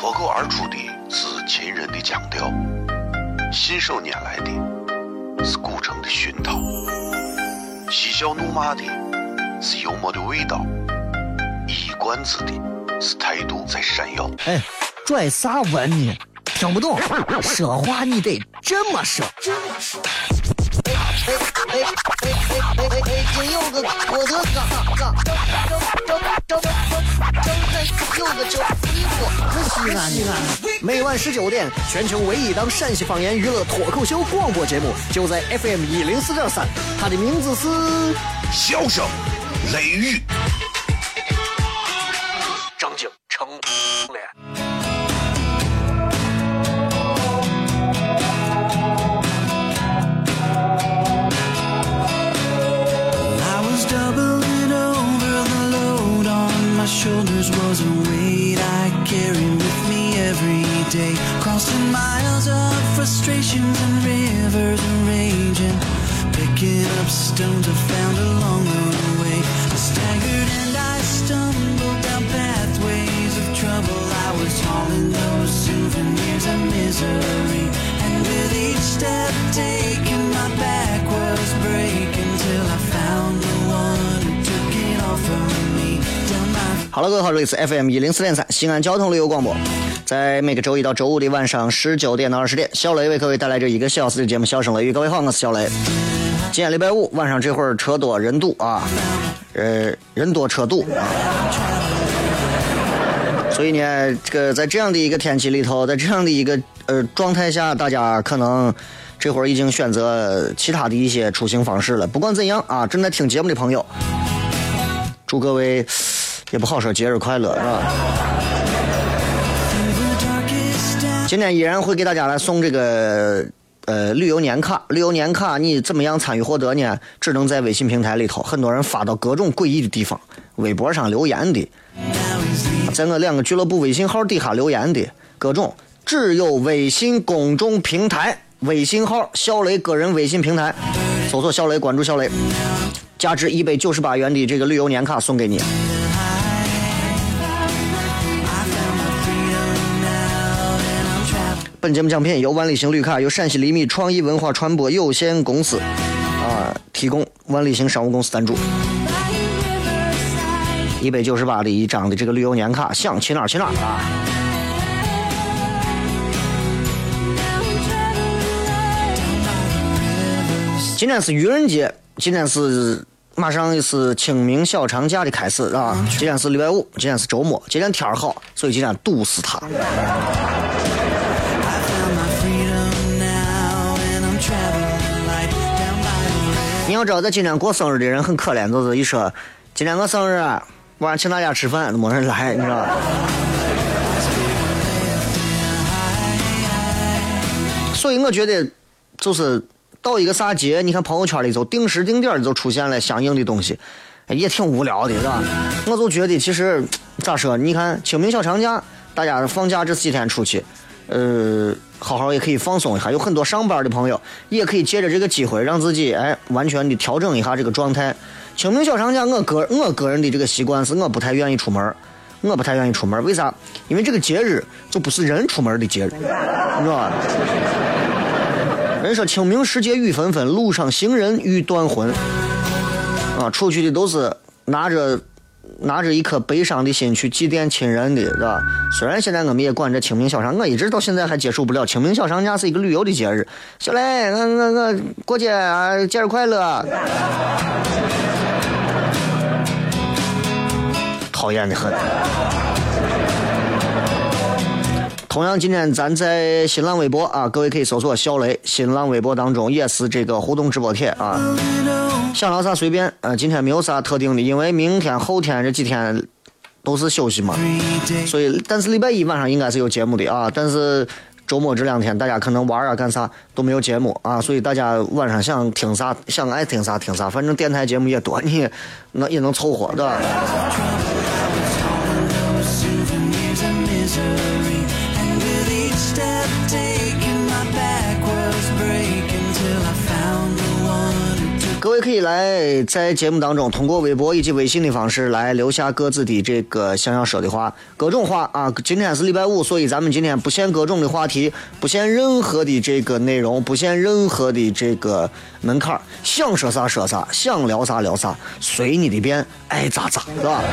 脱口而出的是秦人的腔调，信手拈来的是古城的熏陶，嬉笑怒骂的是幽默的味道，一冠子的是态度在闪耀。 哎，拽啥文呢？听不懂，说话你得这么说。金柚子，我的西安，每晚19点，全球唯一档陕西方言娱乐脱口秀广播节目，就在 FM104.3，它的名字是笑声雷雨。 张景成脸。 My shoulders was a weight I carried with me every day, crossing miles of frustrations and rivers raging, picking up stones I found along the way. I staggered and I stumbled down pathways of trouble. I was hauling those souvenirs of misery, and with each step taken my back was breaking till I found the one who took it all from me. 好了，各位好，这里是 FM104.3 西安交通旅游广播，在每个周一到周五的晚上19点到20点，小雷为各位带来这1个小时的节目《笑声雷雨》。各位好，我是小雷。今天礼拜五晚上这会儿车多人堵啊，人多车堵啊，所以呢，这个在这样的一个天气里头，在这样的一个状态下，大家可能这会儿已经选择其他的一些出行方式了。不管怎样啊，正在听节目的朋友，祝各位也不好说节日快乐，是吧？今天依然会给大家来送这个旅游年卡。旅游年卡你怎么样参与获得呢？只能在微信平台里头，很多人发到各种诡异的地方，微博上留言的，在我2个俱乐部微信号底下留言的，各种只有微信公众平台微信号小雷个人微信平台搜索小雷，关注小雷，价值198元的这个旅游年卡送给你。本节目奖品由万里行绿卡由陕西厘米创意文化传播有限公司提供，万里行商务公司赞助。198的一张的这个旅游年卡，想去哪儿去哪儿啊！今天是愚人节，今天是马上是清明小长假的开始啊！今天是礼拜五，今天是周末，今天天好，所以今天堵死他。你要知道，在今天过生日的人很可怜，就是一说今天我生日，晚上请大家吃饭，没人来，你知道吧？所以我觉得，就是到一个啥节，你看朋友圈里头定时定点就出现了相应的东西，也挺无聊的，是吧？我就觉得其实咋说，你看清明小长假，大家放假这4天出去，好好也可以放松一下，有很多上班的朋友也可以借着这个机会让自己完全的调整一下这个状态。清明小长假我个人的这个习惯是我不太愿意出门，为啥？因为这个节日就不是人出门的节日，你知道吧？人说清明时节雨纷纷，路上行人欲断魂啊，出去的都是拿着一颗悲伤的心去祭奠亲人的，是吧？虽然现在我们也管这清明小长，我一直到现在还接受不了清明小长假是一个旅游的节日。小雷，我过节啊，节日快乐！讨厌的很。同样，今天咱在新浪微博啊，各位可以搜索小雷，新浪微博当中也是这个互动直播帖啊。想聊啥随便今天没有啥特定的，因为明天后天这几天都是休息嘛，所以但是礼拜一晚上应该是有节目的啊，但是周末这2天大家可能玩啊干啥都没有节目啊，所以大家晚上想听啥想爱听啥听啥，反正电台节目也多，你那也能凑合的。各位可以以来在节目当中通过微博以及微信的方式来留下各自的这个想要说的话，各种话啊。今天是礼拜五，所以咱们今天不限各种的话题，不限任何的这个内容，不限任何的这个门槛，想说啥说啥，想聊啥聊啥，随你的便，爱咋咋，是吧？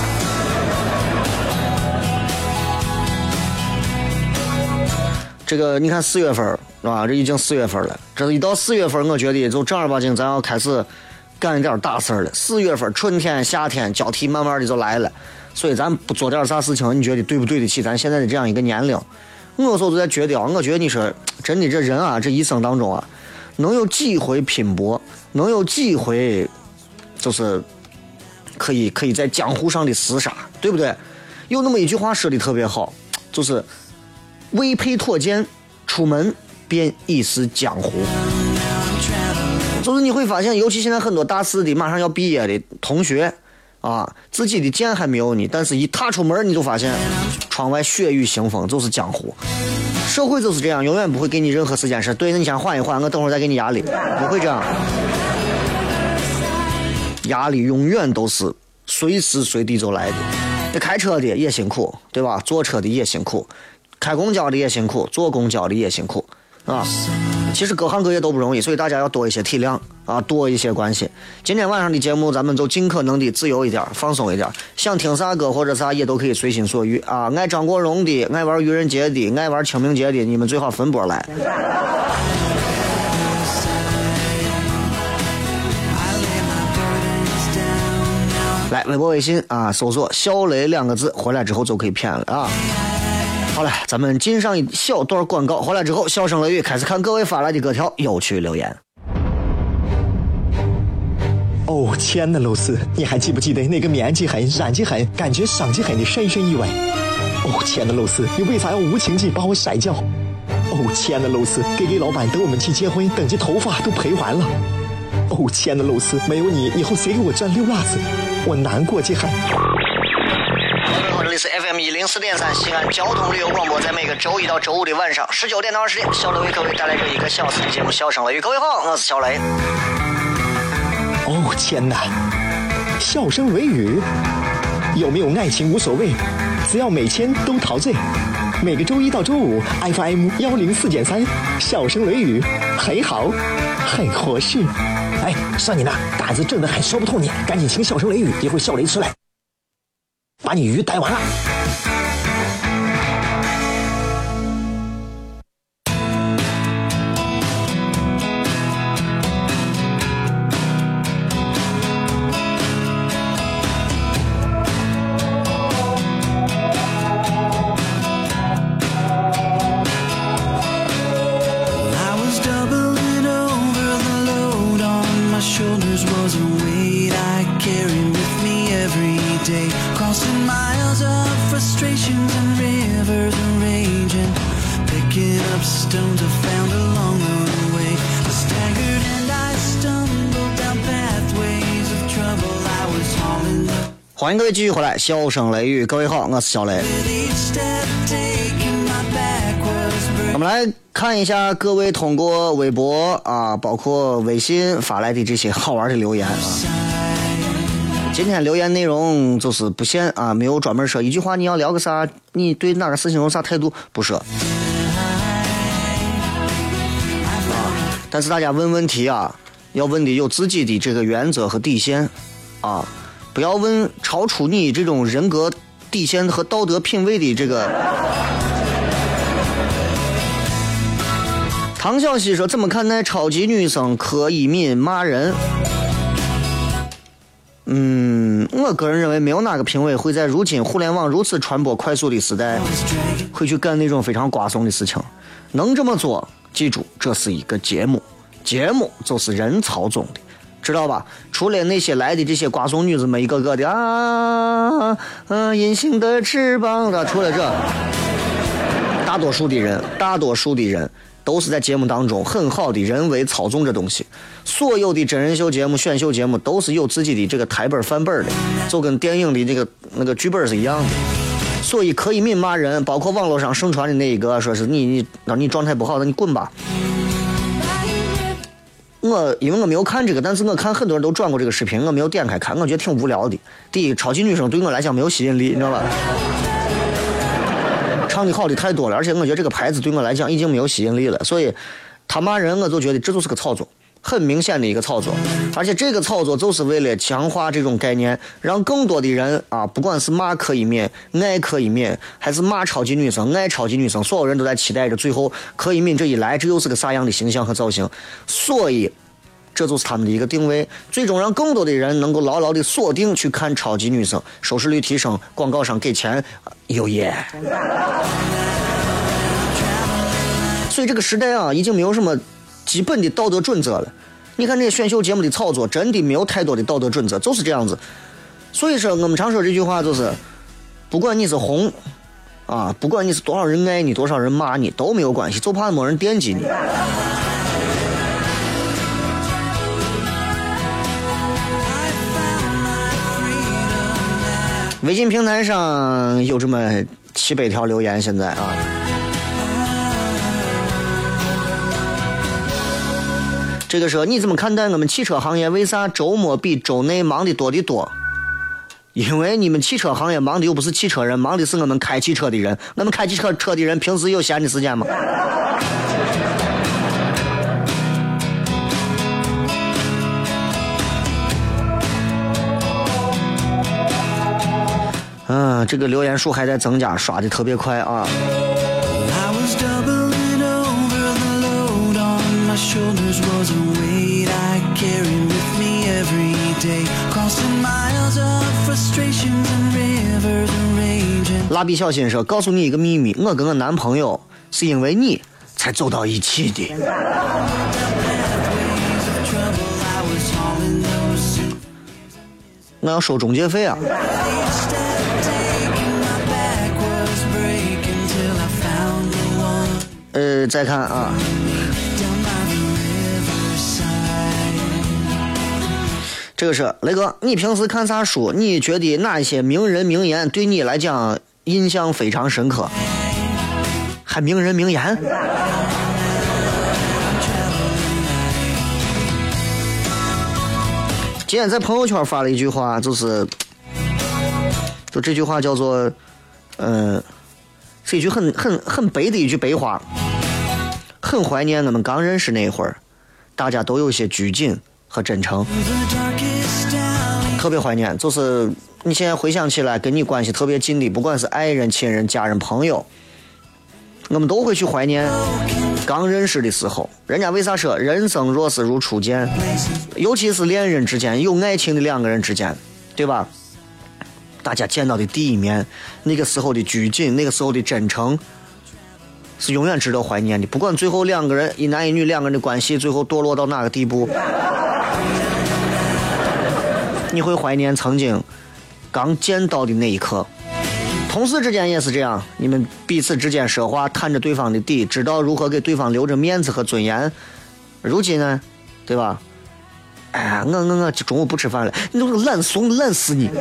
这个你看4月份是吧？这已经4月份了，这一到4月份，我觉得就正儿八经咱要开始干一点大事了。4月份春天夏天交替慢慢的就来了，所以咱不做点啥事情，你觉得对不对得起咱现在的这样一个年龄？我有时候就在觉得，我觉得你说真的，这人啊，这一生当中啊，能有几回拼搏，能有几回就是可以在江湖上的厮杀，对不对？有那么一句话说的特别好，就是未配脱剑，出门便已是江湖。就是你会发现，尤其现在很多大四的马上要毕业的同学啊，自己的剑还没有你，但是一踏出门你就发现窗外血雨腥风，就是江湖。社会就是这样，永远不会给你任何时间是对，那你想缓一缓，我等会儿再给你压力，不会这样。压力永远都是随时随地就来的。那开车的也辛苦，对吧？坐车的也辛苦，开公交的也辛苦，坐公交的也辛苦啊。其实各行各业都不容易，所以大家要多一些体谅啊，多一些关系。今天晚上的节目咱们就尽可能的自由一点，放松一点，想听啥歌或者啥也都可以随心所欲啊。爱张国荣的，爱玩愚人节的，爱玩清明节的，你们最好分拨来。来微博微信啊，搜索小雷2个字，回来之后就可以骗了啊。好了，咱们进上一小段广告，回来之后笑声雷雨开始看各位发来的各条有趣留言。 哦，亲爱的露丝，你还记不记得那个面积狠、染技狠、感觉伤及狠的深深意外？哦，亲爱的露丝，你为啥要无情地把我甩掉？哦，亲爱的露丝，给老板等我们去结婚，等这头发都赔完了。哦，亲爱的露丝，没有你，以后谁给我赚溜辣子？我难过极了。 这里是 FM104.3西安交通旅游广播，在每个周一到周五的晚上19点到20点，小雷为各位带来这1个小时的节目《笑声雷雨》。各位好，我是小雷。 哦天哪，笑声雷雨，有没有爱情无所谓，只要每天都陶醉。每个周一到周五 FM104.3，笑声雷雨，很好，很合适。哎，算你那胆子正的很，说不透你，赶紧请笑声雷雨，一会儿笑雷出来把你鱼逮完了。 欢迎各位继续回来，笑声雷雨，各位好，我是小雷。我们来看一下各位通过微博啊，包括微信发来的这些好玩的留言啊。今天留言内容就是不限啊，没有专门说一句话你要聊个啥，你对哪个事情有啥态度，不说啊。但是大家问问题啊，要问的有自己的这个原则和底线啊。不要问超出你这种人格底线和道德品位的这个。唐小希说：“怎么看待超级女生柯以敏骂人？”我个人认为，没有哪个评委会在如今互联网如此传播快速的时代，会去干那种非常瓜怂的事情。能这么做，记住，这是一个节目，节目就是人操纵的。知道吧？除了那些来的这些瓜怂女子们一个个的隐形的翅膀的，除了这，大多数的人都是在节目当中很好的人为操纵这东西。所有的真人秀节目、选秀节目都是有自己的这个台本翻本的，就跟电影的那个剧本是一样的。所以可以敏骂人，包括网络上盛传的那一个，说是你状态不好，那你滚吧。 因为我没有看这个，但是我看很多人都转过这个视频，我没有点开看，我觉得挺无聊的。第一，超级女声对我来讲没有吸引力，你知道吧？唱的好的太多了，而且我觉得这个牌子对我来讲已经没有吸引力了，所以他骂人我就觉得这就是个操作，很明显的一个操作，而且这个操作就是为了强化这种概念，让更多的人啊，不管是骂柯以敏、爱柯以敏，还是骂超级女生、爱超级女生，所有人都在期待着最后柯以敏这一来，这又是个啥样的形象和造型，所以这就是他们的一个定位，最终让更多的人能够牢牢的锁定去看超级女生，收视率提升，广告商给钱，有耶。所以这个时代啊，已经没有什么基本的道德准则了。你看这些选秀节目的操作，真的没有太多的道德准则，就是这样子。所以说，我们常说这句话就是，不管你是红啊，不管你是多少人爱你，多少人骂你，都没有关系，就怕没人惦记你。微信平台上有这么700条留言，现在啊。这个说你怎么看待我们汽车行业为啥周末比周内忙的多的多？因为你们汽车行业忙的又不是汽车人，忙的是我们开汽车的人。我们开汽车的人平时有闲的时间吗？这个留言数还在增加，刷的特别快啊。蜡笔小新说，告诉你一个秘密，我跟我男朋友是因为你才走到一起的。我要收中介费啊。再看啊，这个是雷哥，你平时看啥书？你觉得哪一些名人名言对你来讲印象非常深刻？还名人名言？今天在朋友圈发了一句话，就这句话叫做，是一句很白的一句白话，很怀念我们刚认识那一会儿，大家都有些拘谨和真诚，特别怀念。就是你现在回想起来，跟你关系特别近的，不管是爱人、亲人、家人、朋友，我们都会去怀念刚认识的时候。人家为啥说人生若是如初见，尤其是恋人之间有爱情的两个人之间，对吧？大家见到的第一面，那个时候的拘谨，那个时候的真诚，是永远值得怀念的。不管最后两个人一男一女两个人的关系最后堕落到哪个地步，你会怀念曾经刚见到的那一刻。同事之间也是这样，你们彼此之间说话探着对方的底，知道如何给对方留着面子和尊严。如今呢，对吧？哎，我中午不吃饭了，你都是懒怂，懒死你！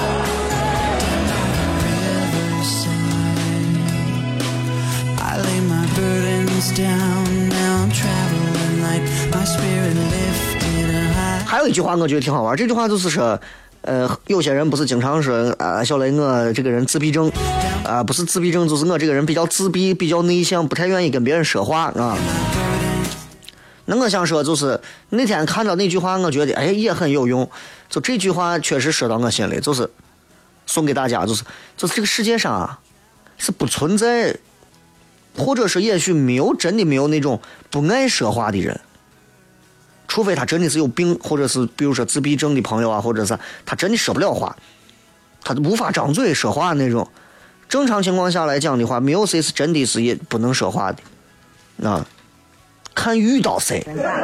还有一句话我觉得挺好玩，这句话就是说，有些人不是经常说小雷我这个人自闭症，不是自闭症，就是我这个人比较自闭，比较内向，不太愿意跟别人说话啊。那我想说，就是那天看到那句话，我觉得也很有用。就这句话确实说到我心里，就是送给大家，就是这个世界上啊，是不存在，或者是也许真的没有那种不爱说话的人，除非他真的是有病，或者是比如说自闭症的朋友啊，或者是他真的说不了话，他无法张嘴说话那种。正常情况下来讲的话，没有谁是真的是也不能说话的啊。看遇到谁。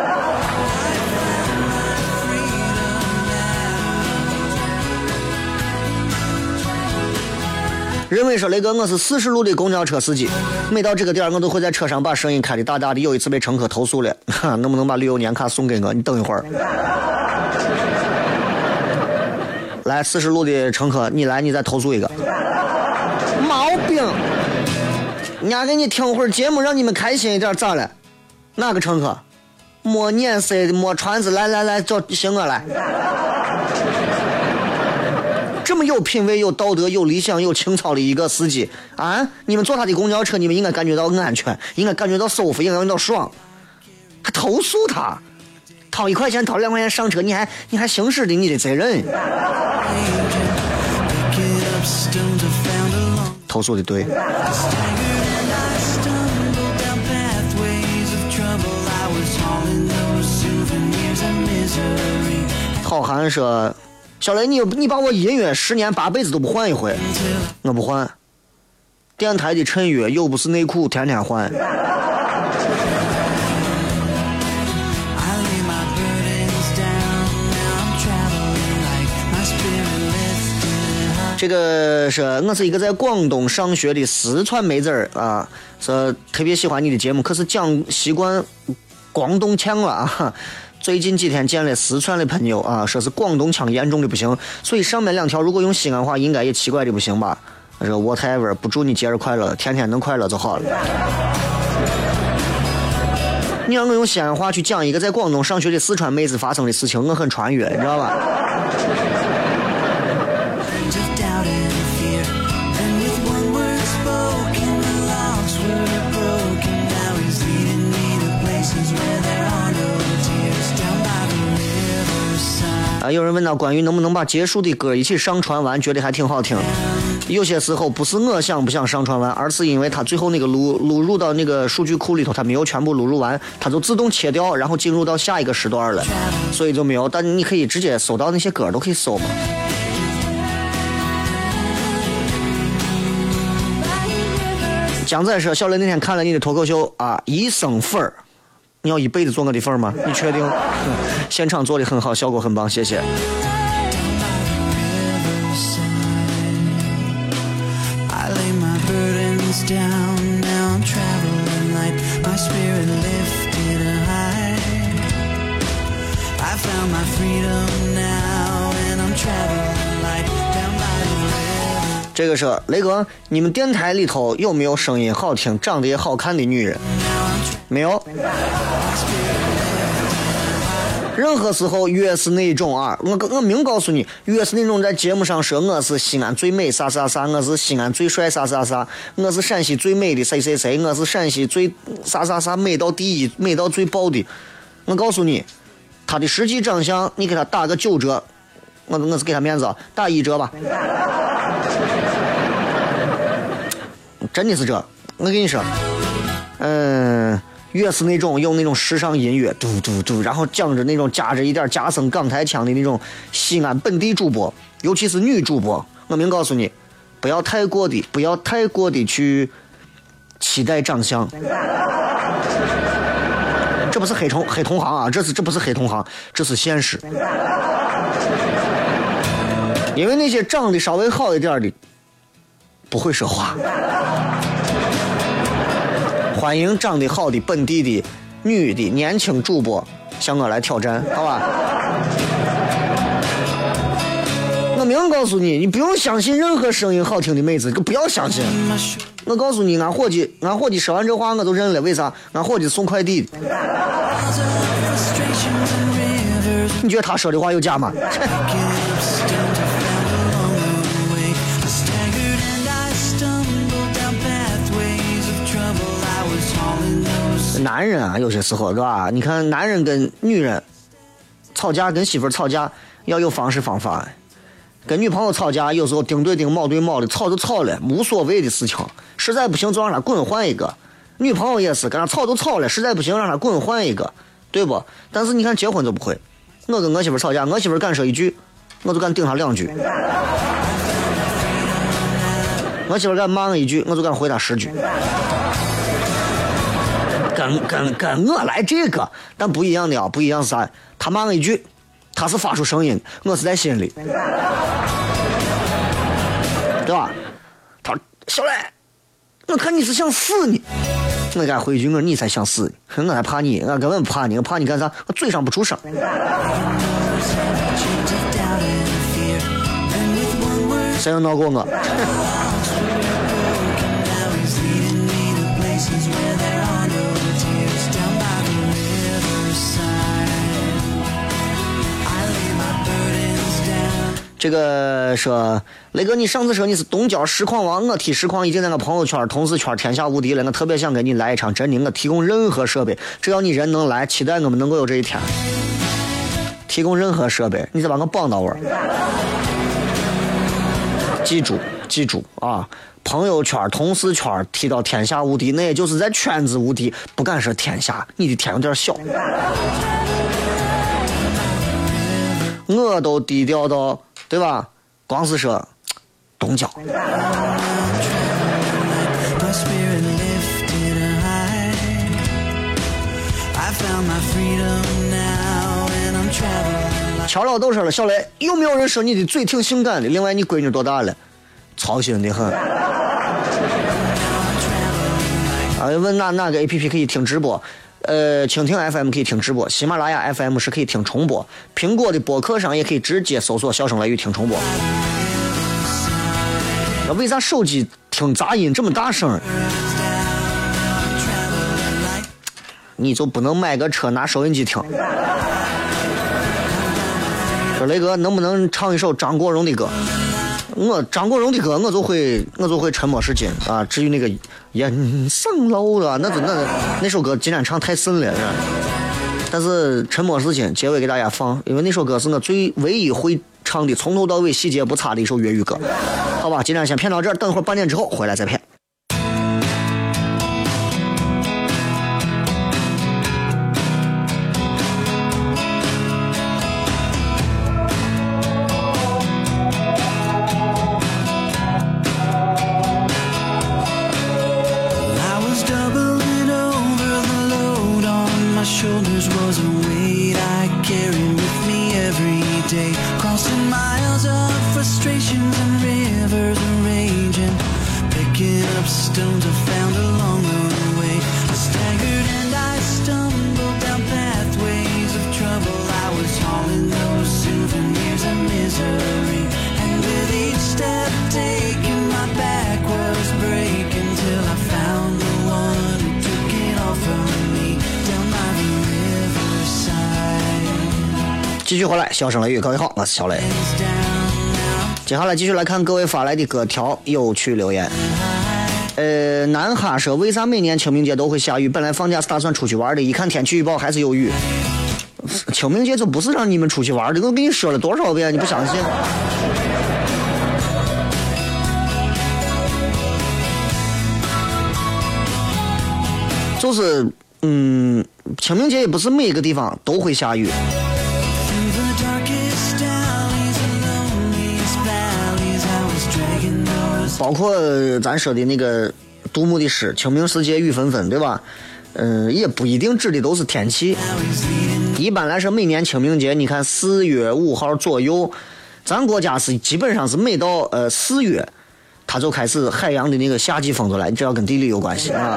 认为说雷哥，我是40路的公交车司机，每到这个点我都会在车上把声音开的大大的。有一次被乘客投诉了，能不能把旅游年卡送给我？你等一会儿。来，40路的乘客，你来，你再投诉一个。毛病！人家给你听会儿节目，让你们开心一点，咋了？哪个乘客？ 摸年岁的摸船子，来找行我来。这么有品位、有道德、有理想、有情操的一个司机啊！你们坐他的公交车，你们应该感觉到安全，应该感觉到舒服，应该感觉到爽。还投诉他，掏1块钱、掏2块钱上车，你还行使的你的责任。投诉的对。好汉说。小雷，你把我音乐10年8辈子都不换一回，我不换。电台的衬乐又不是内裤，天天换。这个是我是一个在广东上学的四川妹子儿啊，说特别喜欢你的节目，可是讲习惯广东腔了啊。最近几天见了四川的朋友啊，说是广东腔严重的不行，所以上面2条如果用西安话应该也奇怪的不行吧。他说 whatever， 不祝你节日快乐，天天能快乐就好了。你让我用西安话去讲一个在广东上学的四川妹子发生的事情，我很穿越，你知道吧？有人问到关于能不能把结束的歌一起上传完，觉得还挺好听。有些时候不是我想不想上传完，而是因为它最后那个录入到那个数据库里头，它没有全部录入完，它就自动切掉，然后进入到下一个时段了，所以就没有。但你可以直接搜到那些歌，都可以搜嘛。江仔说：“小雷那天看了你的脱口秀啊，一生粉儿。”你要一辈子做我的份吗？你确定？现场做的很好，效果很棒，谢谢。这个是雷哥，你们电台里头有没有声音好听、长得也好看的女人？没有。任何时候越是那种啊，我明告诉你，越是那种在节目上说我是西安最美啥啥啥，我是西安最帅啥啥啥，我是陕西最美的谁谁谁，我是陕西最啥啥啥美到第一、美到最爆的。我告诉你，他的实际长相，你给他打个9折，我是给他面子，打1折吧。真的是这，我跟你说，越是那种用那种时尚音乐，嘟嘟嘟，然后讲着那种夹着一点夹生港台腔的那种西安本地主播，尤其是女主播，我明告诉你，不要太过的去期待长相。这不是黑同行啊，这不是黑同行，这是现实。因为那些长得稍微好一点的不会说话。欢迎长得好的本地的女的年轻主播向我来挑战，好吧？我明告诉你，你不用相信任何声音好听的妹子，不要相信。我告诉你，俺伙计说完这话我都认了，为啥？俺伙计送快递的。你觉得他说的话有假吗？男人啊，有些时候对吧？你看男人跟女人吵架，跟媳妇吵架要有方式方法。跟女朋友吵架，有时候顶对顶，卯对卯的，吵就吵了，无所谓的事情。实在不行就让他滚换一个。女朋友也是，跟他吵就吵了，实在不行让他滚换一个，对不？但是你看结婚就不会。我跟我媳妇吵架，我媳妇敢说1句，我就敢顶她2句。我媳妇敢骂我1句，我就敢回她10句。跟我来这个，但不一样的啊，不一样是啥？他骂我1句，他是发出声音，我是在心里，对吧？他说小赖，我看你是想死你，我敢回一句，我说你才想死你，我还怕你，我根本不怕你，我怕你干啥？我嘴上不出声。谁能闹过我？ 这个说雷哥，你上次说你是东郊实况王，我踢实况已经在我朋友圈同事圈天下无敌了，我特别想给你来一场真的，我提供任何设备，只要你人能来，期待我们能够有这一天。提供任何设备，你再把我绑到我。记住啊！朋友圈、同事圈提到天下无敌，那也就是在圈子无敌，不敢说天下，你的天有点小。我都低调到，对吧？光是说东郊。乔老豆说了，小雷，有没有人说你的嘴挺性感的？另外，你闺女多大了？操心的很。问哪个 APP 可以听直播？蜻蜓 FM 可以听直播，喜马拉雅 FM 是可以听重播，苹果的播客上也可以直接搜索笑声雷雨听重播。那为啥手机听杂音这么大声？你就不能买个车拿收音机听？说雷哥能不能唱一首张国荣的歌？张国荣的歌我就会沉默是金啊。至于那个人上楼了，那首歌今天唱太深了是吧？但是沉默是金结尾给大家放，因为那首歌是我唯一会唱的从头到尾细节不差的一首粤语歌。好吧，今天先骗到这儿，等会儿半点之后回来再骗。继续回来，笑声雷雨，各位好，我是小雷。接下来继续来看各位发来的各条有趣留言。南哈说，为啥每年清明节都会下雨？本来放假是打算出去玩的，一看天气预报还是有雨。清明节就不是让你们出去玩的，我跟你说了多少遍，你不相信？就是清明节也不是每个地方都会下雨。包括咱说的那个杜牧的诗清明时节雨纷纷，对吧？也不一定指的都是天气。一般来说每年清明节你看4月5号左右，咱国家是基本上是每到4月它就开始海洋的那个夏季风就来，这要跟地理有关系啊。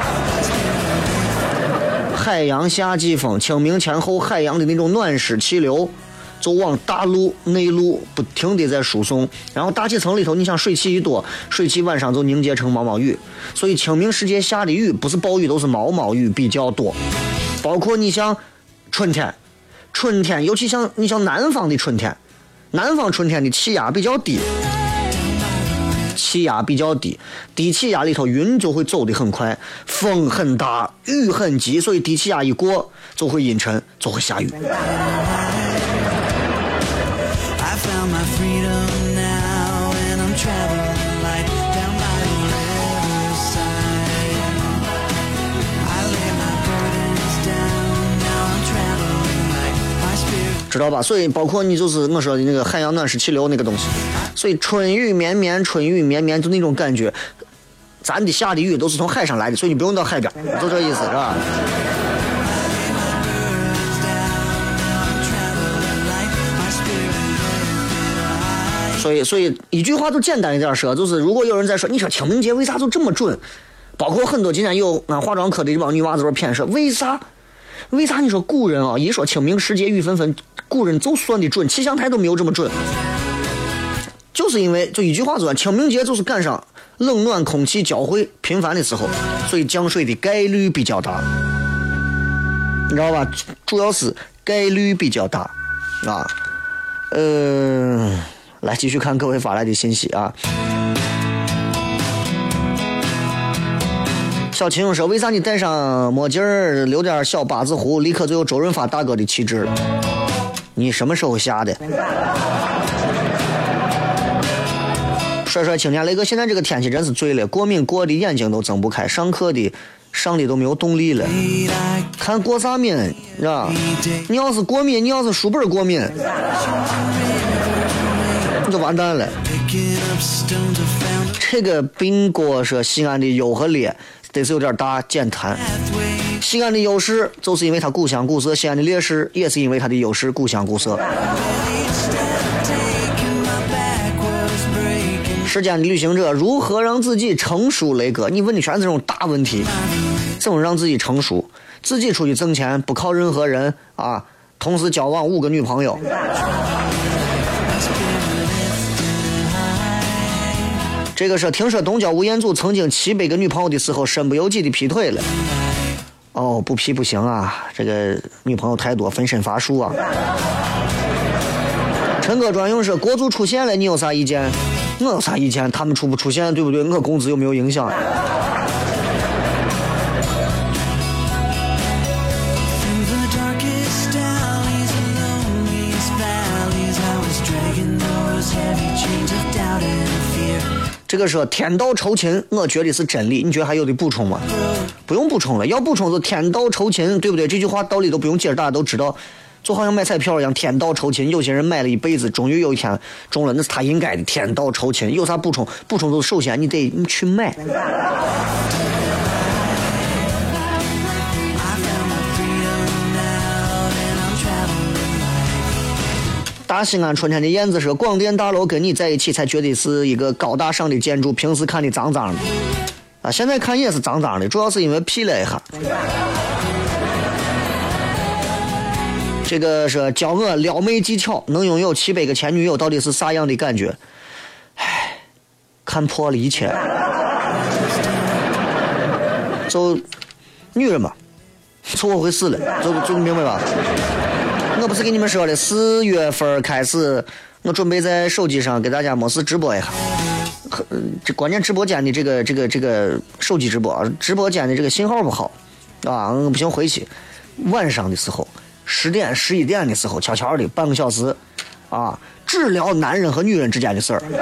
海洋夏季风，清明前后海洋的那种暖湿气流就往大陆内陆不停地在输送，然后大气层里头你想水汽一多，水汽晚上就凝结成毛毛雨，所以清明时节下的雨不是暴雨都是毛毛雨比较多。包括你像春天尤其像你像南方的春天，南方春天的气压比较低，低气压里头云就会走得很快，风很大，雨很急，所以低气压一过就会阴沉，就会下雨。知道吧？所以包括你就是我说的那个海洋暖湿气流那个东西，所以春雨绵绵就那种感觉，咱的下的雨都是从海上来的，所以你不用到海边，就这意思是吧？所以一句话就简单一点说，就是如果有人在说你说清明节为啥就这么准，包括很多今天有化妆科的这帮女娃子骗说为啥你说古人啊一说清明时节雨纷纷，古人就算的准，气象台都没有这么准，就是因为就一句话说清明节就是赶上冷暖空气交汇频繁的时候，所以降水的概率比较大，你知道吧？主要是概率比较大啊。 来继续看各位发来的信息啊。小秦说：“为啥你戴上墨镜儿，留点小八字胡，立刻就有周润发大哥的气质了？你什么时候下的？”帅帅青年雷哥，现在这个天气真是醉了，过敏过的眼睛都睁不开，上课的上的都没有动力了。看过啥敏是吧？你要是过敏，你要是书本过敏，你就完蛋了。这个病果说西安的优和劣得是有点大，简单。西安的优势就是因为它古香古色，西安的劣势也是因为它的优势古香古色。时间的旅行者如何让自己成熟？雷哥，你问的全是这种大问题，怎么让自己成熟？自己出去挣钱，不靠任何人啊，同时交往5个女朋友。这个是听说东郊吴彦祖曾经700个女朋友的时候，身不由己的劈腿了。哦，不劈不行啊，这个女朋友太多，分身乏术啊。陈哥专用说国足出现了，你有啥意见？我有啥意见？他们出不出现，对不对？我工资有没有影响？这个说天道酬勤，我觉得是真理，你觉得还有的补充吗？不用补充了，要补充就天道酬勤，对不对？这句话道理都不用解释，大家都知道。就好像买彩票一样，天道酬勤，有些人买了一辈子，终于有一天中了，那是他应该的。天道酬勤有啥补充？补充就是首先你去买。大西安春天的燕子说，广电大楼跟你在一起才觉得是一个高大上的建筑，平时看的脏脏的啊，现在看也是脏脏的，主要是因为劈了一下。这个是教我撩妹技巧，能拥有700个前女友到底是啥样的感觉？唉，看破了一切。就女人嘛，凑合回事了，就明白吧？我不是跟你们说了，4月份开始，我准备在手机上给大家没事直播一下。这关键直播间的这个手机直播，直播间的这个信号不好啊，不行回去。晚上的时候。10点11点的时候，悄悄的半个小时，啊，只聊男人和女人之间的事儿，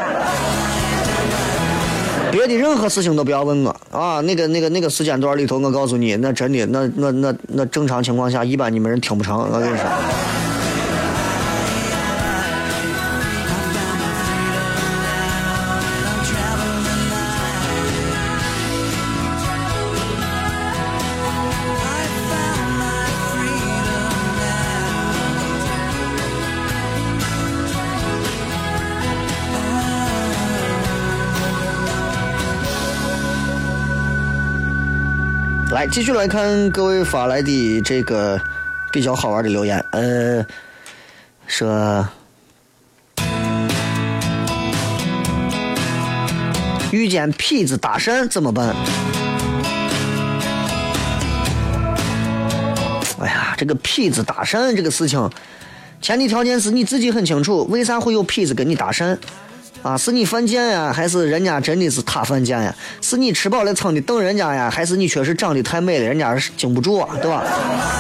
别的任何事情都不要问我啊。那个时间段里头，我告诉你，那真的，那正常情况下，一般你们人听不成，我跟你说。来，继续来看各位发来的这个比较好玩的留言。说遇见痞子搭讪怎么办？哎呀，这个痞子搭讪这个事情，前提条件是你自己很清楚，为啥会有痞子跟你搭讪？啊，是你犯贱呀，还是人家真的是他犯贱呀？是你吃饱了撑的等人家呀，还是你确实长得太美了，人家是经不住啊，对吧？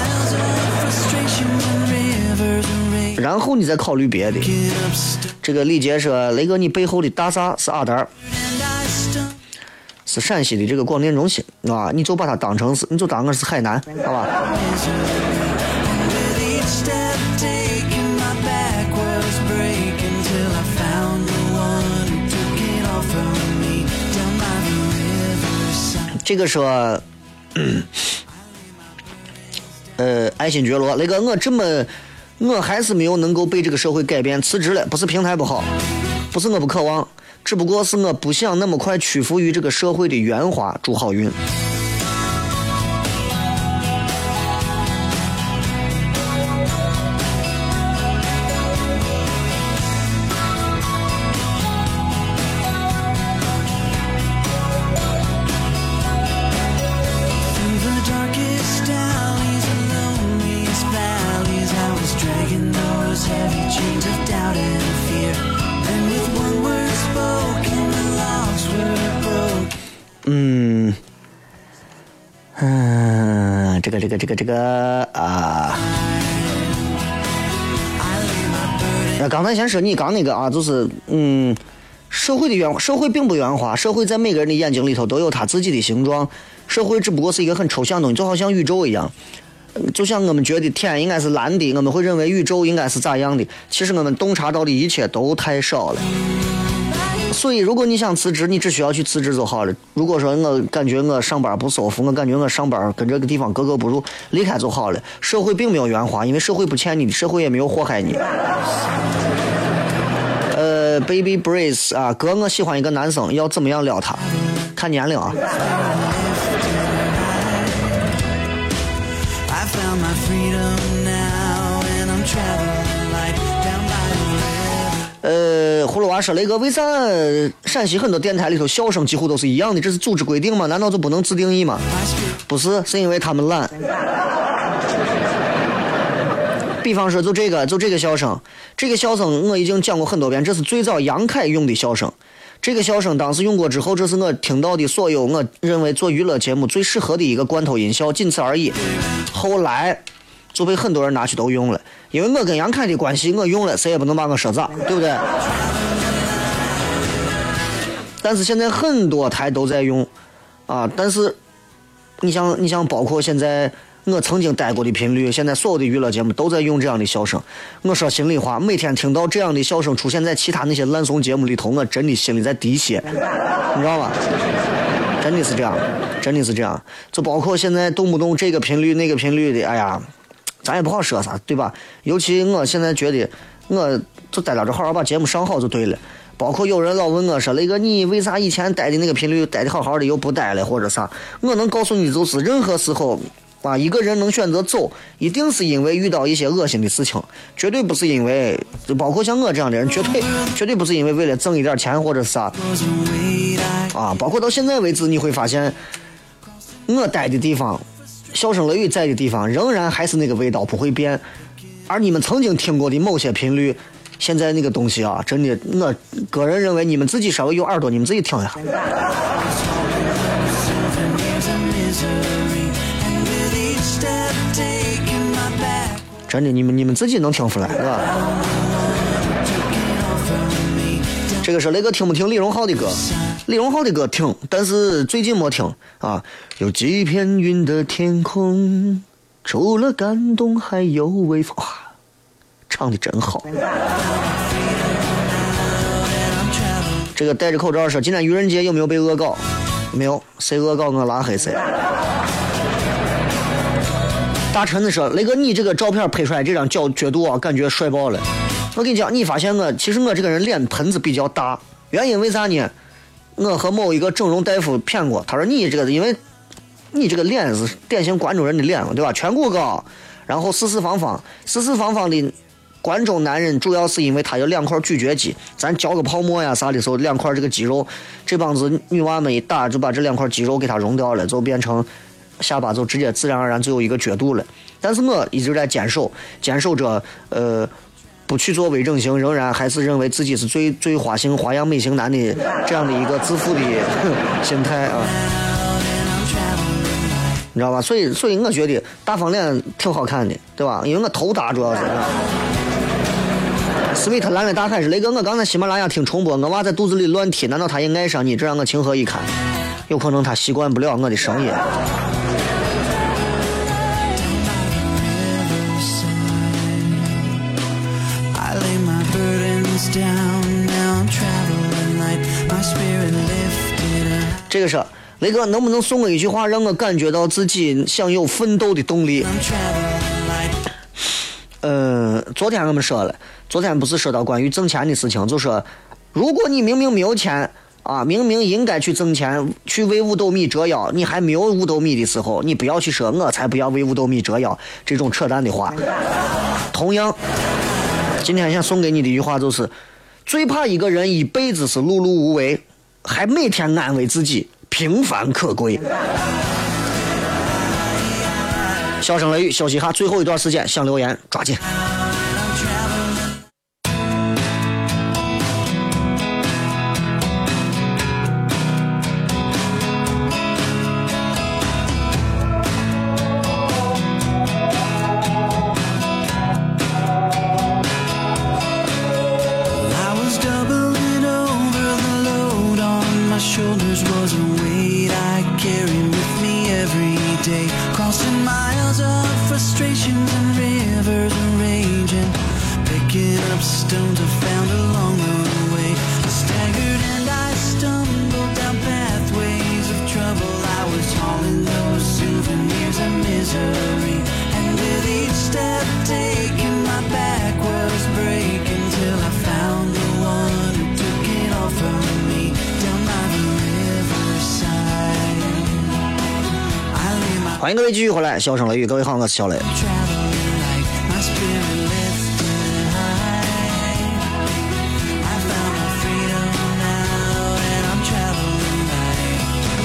然后你再考虑别的。这个李杰说，雷哥，你背后的大厦是阿达，是陕西的这个广电中心啊，你就把它当成是，你就当个是海南，好吧？这个说，爱新觉罗，雷哥，我还是没有能够被这个社会改变，辞职了，不是平台不好，不是我不渴望，只不过是我不想那么快屈服于这个社会的圆滑，祝好运。 这个啊。刚才先说你刚那个啊，就是社会并不圆滑，社会在每个人的眼睛里头都有他自己的形状，社会只不过是一个很抽象的东西，就好像宇宙一样。就像我们觉得天应该是蓝的，我们会认为宇宙应该是咋样的，其实我们洞察到的一切都太少了。所以如果你想辞职，你只需要去辞职就好了。如果说我感觉我上班不舒服，我感觉我上班跟这个地方格格不入，离开就好了。社会并没有圆滑，因为社会不欠你的，社会也没有祸害你。Baby Brace 啊，哥，我喜欢一个男生，要怎么样撩他？看年龄啊。葫芦娃说雷哥，为啥陕西很多电台里头笑声几乎都是一样的？这是组织规定吗？难道就不能自定义吗？不是，是因为他们懒。比方说就这个笑声，这个笑声我已经讲过很多遍，这是最早杨凯用的笑声。这个笑声当时用过之后，这是我听到的所有我认为做娱乐节目最适合的一个罐头音效，仅此而已。后来就被很多人拿去都用了，因为我跟杨凯的关系，我用了谁也不能把我说咋，对不对？但是现在很多台都在用啊，但是你想包括现在我曾经待过的频率，现在所有的娱乐节目都在用这样的笑声。我说心里话，每天听到这样的笑声出现在其他那些烂怂节目里头，我真的心里在滴血，你知道吗？真的是这样，真的是这样。就包括现在动不动这个频率那个频率的，哎呀，咱也不好说啥，对吧？尤其我现在觉得，我就待到这好好把节目上好就对了。包括有人老问我说，雷哥，你为啥以前待的那个频率待的好好的又不待了或者啥？我能告诉你，就是任何时候啊，一个人能选择走，一定是因为遇到一些恶心的事情，绝对不是因为，就包括像我这样的人，绝对不是因为为了挣一点钱或者啥啊。包括到现在为止，你会发现，我待的地方，笑声雷雨在的地方，仍然还是那个味道不会变，而你们曾经听过的某些频率。现在那个东西啊，真的，我个人认为你们自己稍微有耳朵，你们自己听一下。真的，你们自己能听出来，是吧？这个是雷哥听不听李荣浩的歌？李荣浩的歌听，但是最近没听啊。有几片云的天空，除了感动还有微风。唱的真好。这个戴着口罩说，今天愚人节有没有被恶搞？没有，谁恶搞我拉黑谁。大陈子说，雷哥，你这个照片拍出来这张角度啊，感觉帅爆了。我跟你讲，你发现其实我这个人脸盆子比较大，原因为啥呢？我和某一个整容大夫骗过，他说你这个，因为你这个脸是典型关中人的脸，对吧？颧骨高，然后四四方方的。关中男人主要是因为他有两块咀嚼肌，咱嚼个泡沫呀啥的时候，两块这个肌肉，这帮子女娃们一打就把这两块肌肉给它溶掉了，就变成下巴就直接自然而然就有一个角度了。但是我一直在坚守着不去做微整形，仍然还是认为自己是最花样美型男的这样的一个自负的心态啊。你知道吧？所以我觉得大方脸挺好看的，对吧？因为我头大主要是。斯维特蓝的大海是雷哥，我刚才喜马拉雅听重播，我娃在肚子里乱踢，难道他也爱上你？这让我情何以堪？有可能他习惯不了我的声音。这个是雷哥，能不能送我一句话，让我感觉到自己想有奋斗的动力？昨天我们说了，昨天不是说到关于挣钱的事情，就说如果你明明没有钱啊，明明应该去挣钱，去为五斗米折腰，你还没有五斗米的时候，你不要去说我才不要为五斗米折腰这种扯淡的话。同样，今天想送给你的一句话就是，最怕一个人一辈子是碌碌无为，还每天安慰自己平凡可贵。笑声雷雨，休息一下，最后一段时间想留言抓紧。 carry with me every day, crossing miles of frustrations and rivers and raging, picking up stones I found along the way. I staggered and I stumbled down pathways of trouble. I was hauling those souvenirs of misery, and with each step taken my back was breaking, till I found the one who took it all from me down by the riverside. I lay my 欢迎各位继续回来，笑声雷雨，各位好，我是小雷。 traveling light, my spirit lifted high. I found my freedom now, and I'm traveling light.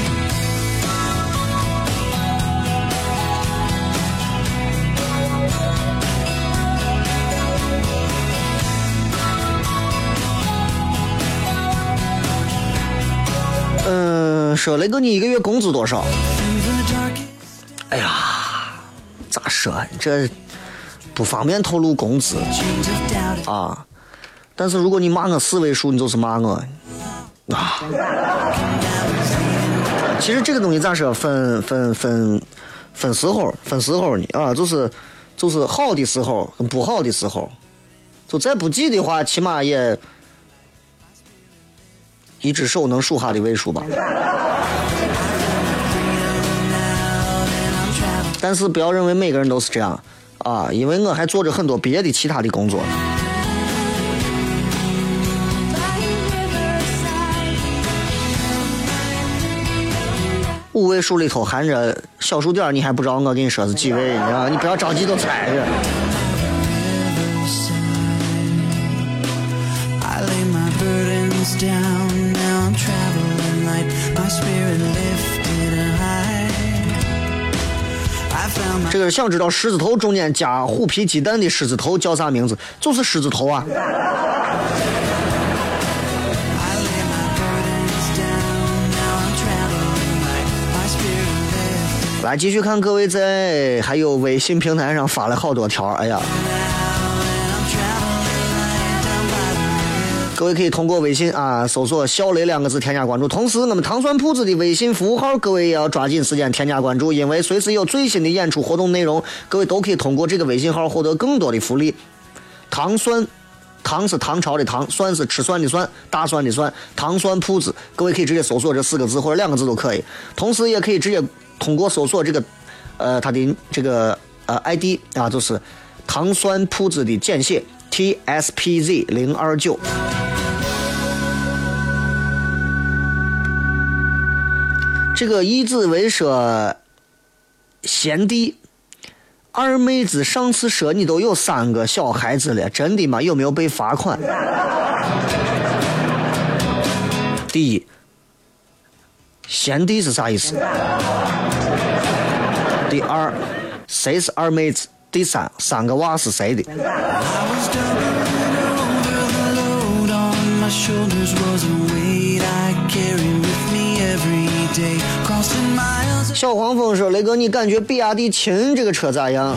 说雷哥，你一个月工资多少？ Through the darkest 哎呀，咋说？这不方便透露工资 chains of doubt, 啊。但是如果你骂我4位数，你就是骂我啊。其实这个东西咋说？分时候呢啊，就是好的时候跟不好的时候，就再不济的话，起码也一只手能数下的位数吧。但是不要认为每个人都是这样啊，因为我还做着很多别的其他的工作。5位数里头含着小数点，你还不知道我跟你说是几位啊？你不要着急都猜着。 I lay my burdens down, now I'm traveling light, my spirit lifted high. I found my 这个想知道狮子头中间加虎皮鸡蛋的狮子头叫啥名字？就是狮子头啊。 I lay my burdens down, now I'm traveling light, my spirit lifted 来继续看各位在还有微信平台上发了好多条，哎呀， now, and I'm traveling light down by the river. 各位可以通过微信啊搜索“小雷”2个字添加关注，同时我们糖酸铺子的微信服务号，各位也要抓紧时间添加关注，因为随时有最新的演出活动内容，各位都可以通过这个微信号获得更多的福利。糖酸，糖是唐朝的糖，酸是吃蒜的蒜，大蒜的蒜，糖酸铺子，各位可以直接搜索这4个字或者2个字都可以，同时也可以直接通过搜索这个它的这个ID 啊，就是糖酸铺子的简写 TSPZ029。这个一字为说贤弟二妹子上次说你都有3个小孩子了，真的吗？有没有被罚款？第一，贤弟是啥意思？第二，谁是二妹子？第三，3个娃是谁的？ I was doubling over the load on my shoulders was a weight I carry with me every day, crossing miles 小黄蜂说：“雷哥，你感觉比亚迪秦这个车咋样？”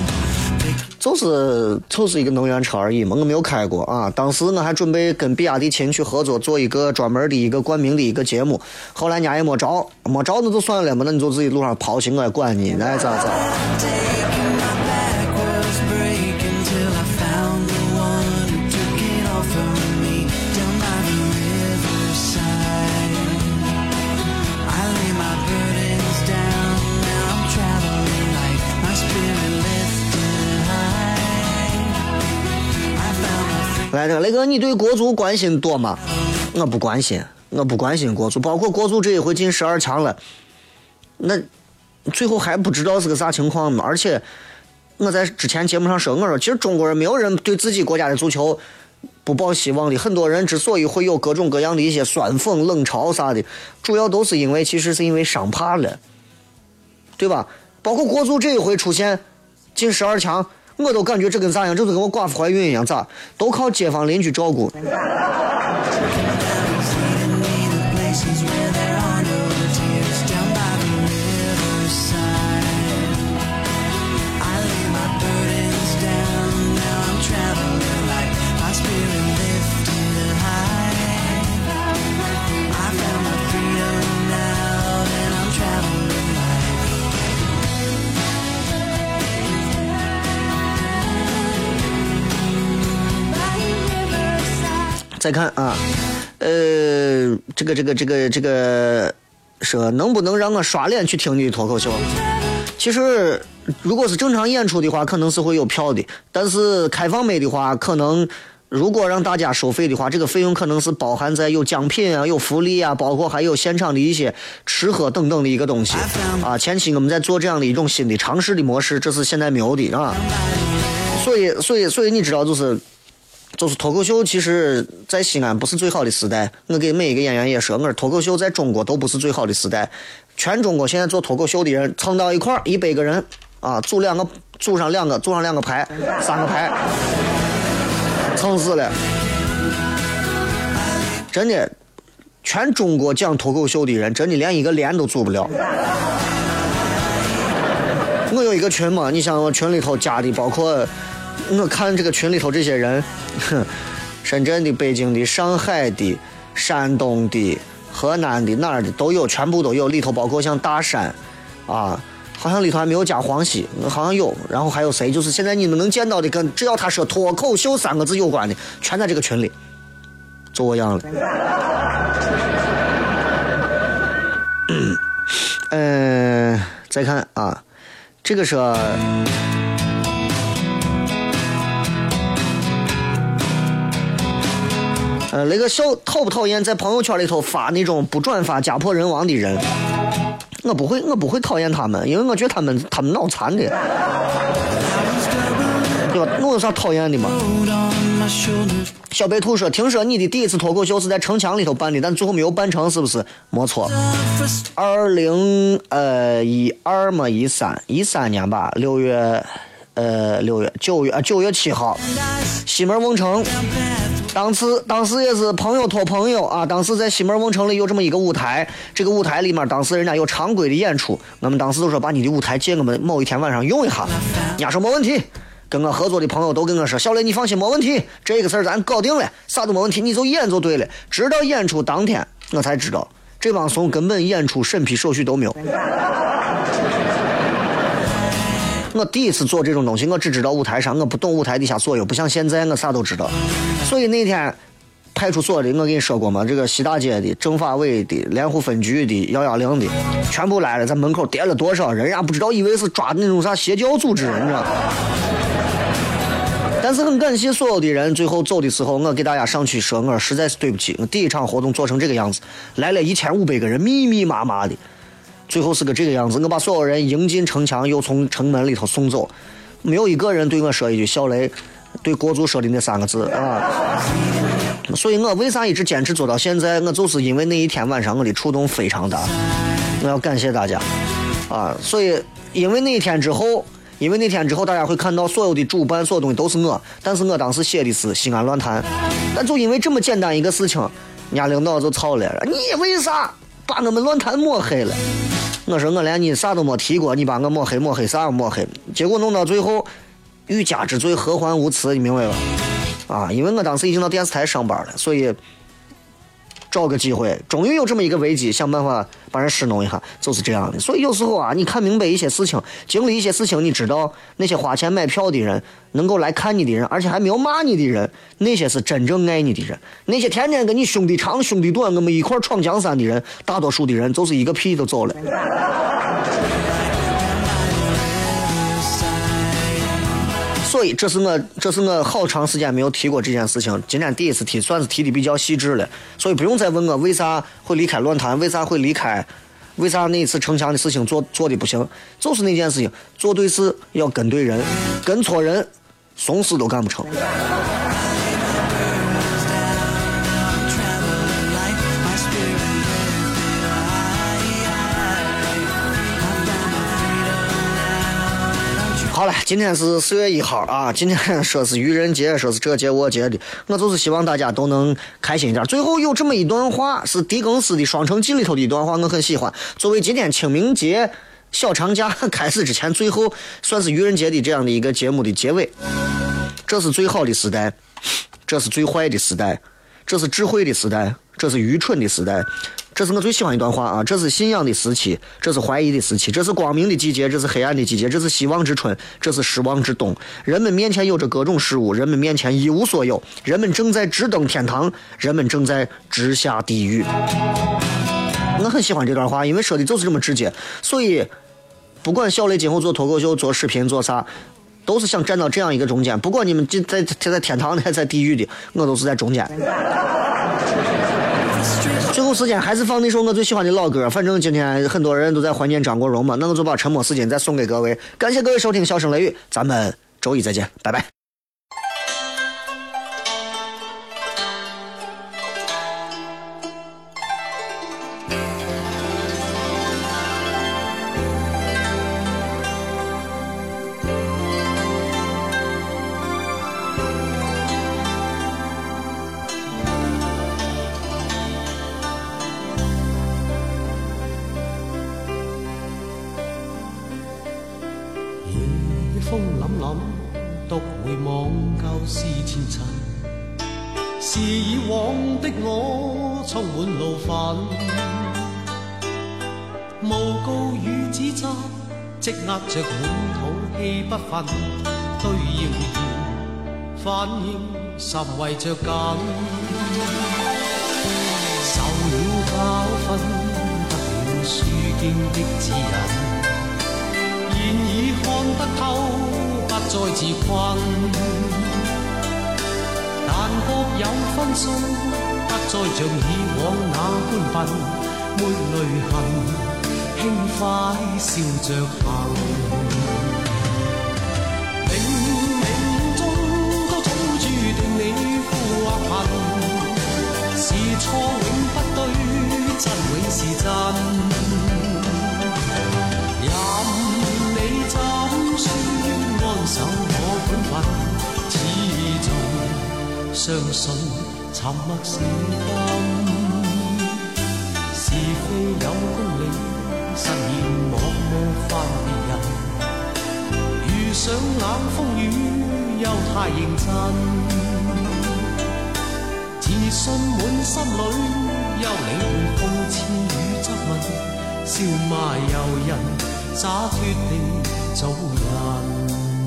就是一个能源车而已嘛，我没有开过啊。当时我还准备跟比亚迪秦去合作，做一个专门的一个冠名的一个节目，后来人家也没着那就算了嘛，那你就自己路上跑行，我也管你，那咋？ taking my back was breaking, till I found the one who took it all from me down by the riverside. I lay my burdens down, now I'm traveling light, my spirit lifted high. I found my 来，这个雷哥，你对国足关心多吗？我不关心国足，包括国足这一回进12强了，那最后还不知道是个啥情况嘛。而且我在之前节目上说，我说其实中国人没有人对自己国家的足球不抱希望的。很多人之所以会有各种各样的一些酸讽、冷嘲啥的，主要都是因为其实是因为伤怕了，对吧？包括国足这一回出现进12强。我都感觉这跟咋样，就是跟我寡妇怀孕一样，咋都靠街坊邻居照顾。 places where there are no tears down by the riverside. I lay my burdens down, now I'm traveling light, my spirit lifted high. I found my freedom now, and I'm traveling 再看啊，这个说能不能让我刷脸去听你的脱口秀？其实如果是正常演出的话，可能是会有票的，但是开放麦的话，可能如果让大家收费的话，这个费用可能是包含在有奖品啊、有福利啊，包括还有现场的一些吃喝等等的一个东西啊。前期我们在做这样的一种新的尝试的模式，这是现在没有的啊。所以你知道，就是脱口秀，其实在西安不是最好的时代。我给每一个演员也说，我说脱口秀在中国都不是最好的时代。全中国现在做脱口秀的人蹭到一块100个人啊，组上两个排，3个排，蹭死了。真的，全中国讲脱口秀的人，真的连一个连都组不了。我有一个群嘛，你想我群里头加的，包括我看这个群里头这些人，深圳的、北京的、上海的、山东的、河南的，哪儿的都有，全部都有。里头包括像大山啊，好像里头还没有加黄西，好像有。然后还有谁，就是现在你们能见到的，跟只要他说脱口秀3个字有关的，全在这个群里做我样了。再看啊，这个是那个讨不讨厌在朋友圈里头发那种不转发家破人亡的人？我不会讨厌他们，因为我觉得他们脑残的，对吧？我有啥讨厌的吗？小白兔说，听说你的第一次脱口秀是在城墙里头办的，但最后没有办成，是不是？没错。2012嘛，13年吧，9月7号，西门瓮城。当时也是朋友托朋友啊，当时在西门瓮城里有这么一个舞台，这个舞台里面当时人家有常规的演出，我们当时都说把你的舞台借我们某一天晚上用一下，人家说没问题，跟我合作的朋友都跟我说，小雷你放心没问题，这个事儿咱搞定了，啥都没问题，你就演就对了。直到演出当天我才知道，这帮怂根本演出审批手续都没有。我第一次做这种东西，我只知道舞台上，我不懂舞台底下所有，不像现在我啥都知道。所以那天派出所的，我跟你说过嘛，这个西大街的、政法委的、莲湖分局的、110的，全部来了，在门口叠了多少人呀？不知道，以为是抓那种啥邪教组织，你知道。但是很感谢所有的人，最后走的时候，我给大家上去说，我实在是对不起，我第一场活动做成这个样子，来了1500个人，密密麻麻的。最后是个这个样子，我把所有人迎进城墙，又从城门里头送走，没有一个人对我说一句小雷对国足说的那3个字啊。所以我为啥一直坚持做到现在，我就是因为那一天晚上我的触动非常大，我要感谢大家啊。所以因为那一天之后大家会看到所有的主办所有东西都是我，但是我当时写的是西安论坛，但就因为这么简单一个事情，人家领导就吵了，你为啥把我们论坛抹黑了？我说我连你啥都没提过，你把我抹黑啥抹黑？结果弄到最后，欲加之罪何患无辞，你明白吧？啊，因为我当时已经到电视台上班了，所以找个机会，终于有这么一个危机，想办法把人使弄一下，就是这样的。所以有时候啊，你看明白一些事情，经历一些事情，你知道那些花钱买票的人，能够来看你的人，而且还没有骂你的人，那些是真正爱你的人。那些天天跟你兄弟长兄弟短，我们一块闯江山的人，大多数的人就是一个屁都走了。所以这是我好长时间没有提过这件事情，今天第一次提，算是提的比较细致了。所以不用再问我为啥会离开论坛，为啥会离开，为啥那一次城墙的事情做的不行，就是那件事情，做对事要跟对人，跟错人，怂事都干不成。好了，今天是4月1号啊，今天说是愚人节，说是这节我节的，我就是希望大家都能开心一点。最后有这么一段话，是狄更斯的《双城记》里头的一段话，我很喜欢，作为今天清明节小长假开始之前，最后算是愚人节的这样的一个节目的结尾。这是最好的时代，这是最坏的时代，这是智慧的时代，这是愚蠢的时代， 这是我最喜欢一段话啊！这是信仰的时期，这是怀疑的时期，这是光明的季节，这是黑暗的季节，这是希望之春，这是失望之冬。人们面前有着各种事物，人们面前一无所有，人们正在直登天堂，人们正在直下地狱。我很喜欢这段话，因为说的就是这么直接。所以，不管小雷今后做脱口秀、做视频、做啥，都是想站到这样一个中间。不管你们在天堂的还是在地狱的，我都是在中间。最后时间还是放那首我最喜欢的老歌，反正今天很多人都在怀念张国荣嘛，那我就把沉默时间再送给各位。感谢各位收听笑声雷雨，咱们周一再见，拜拜。 風凜凜，獨回望舊事前塵，是以往的我充滿怒憤，誣告與指責，積壓着滿肚氣不憤，對謠言反應甚為着緊，受了教訓，得了書經的指引。現已看得透，不再自困。但各有分數，不再像以往那般笨，抹淚痕，輕快笑着行。冥冥中都早注定你富或貧，是錯永不對，真永是真。怎說安守我本分，始終相信沉默是金。是非有公理，實現莫翻別人。遇上冷風雨，又太認真。自信滿心裏，休理會諷刺與質問，笑罵由人。灑脫地做人。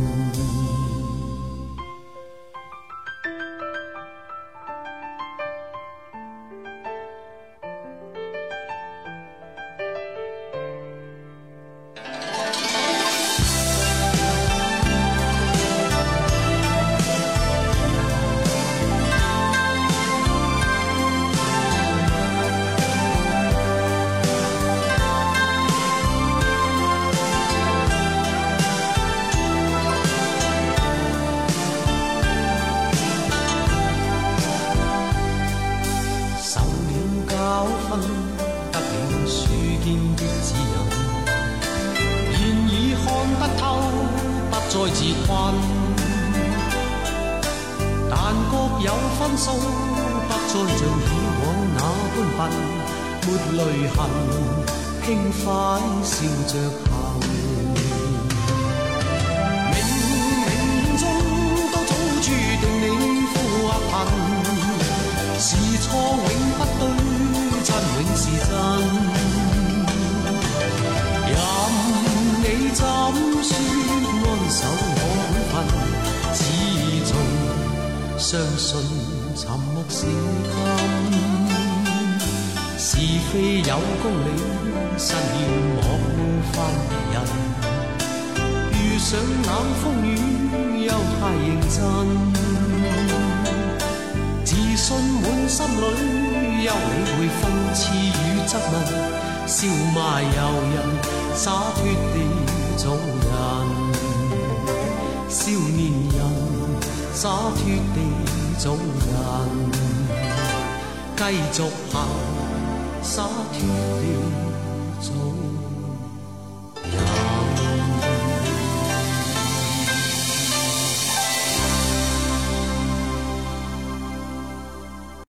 笑着行，冥冥中都早注定你富或貧，是錯永不對，真永是真。任你怎說安守我本分，始終相信沉默是金。是非有公理，實現莫翻別人。遇上冷風雨，又太認真。自信滿心裏，休理會諷刺與質問，笑罵由人，灑脫地做人。少年人，灑脫地做人，繼續行。灑脫地做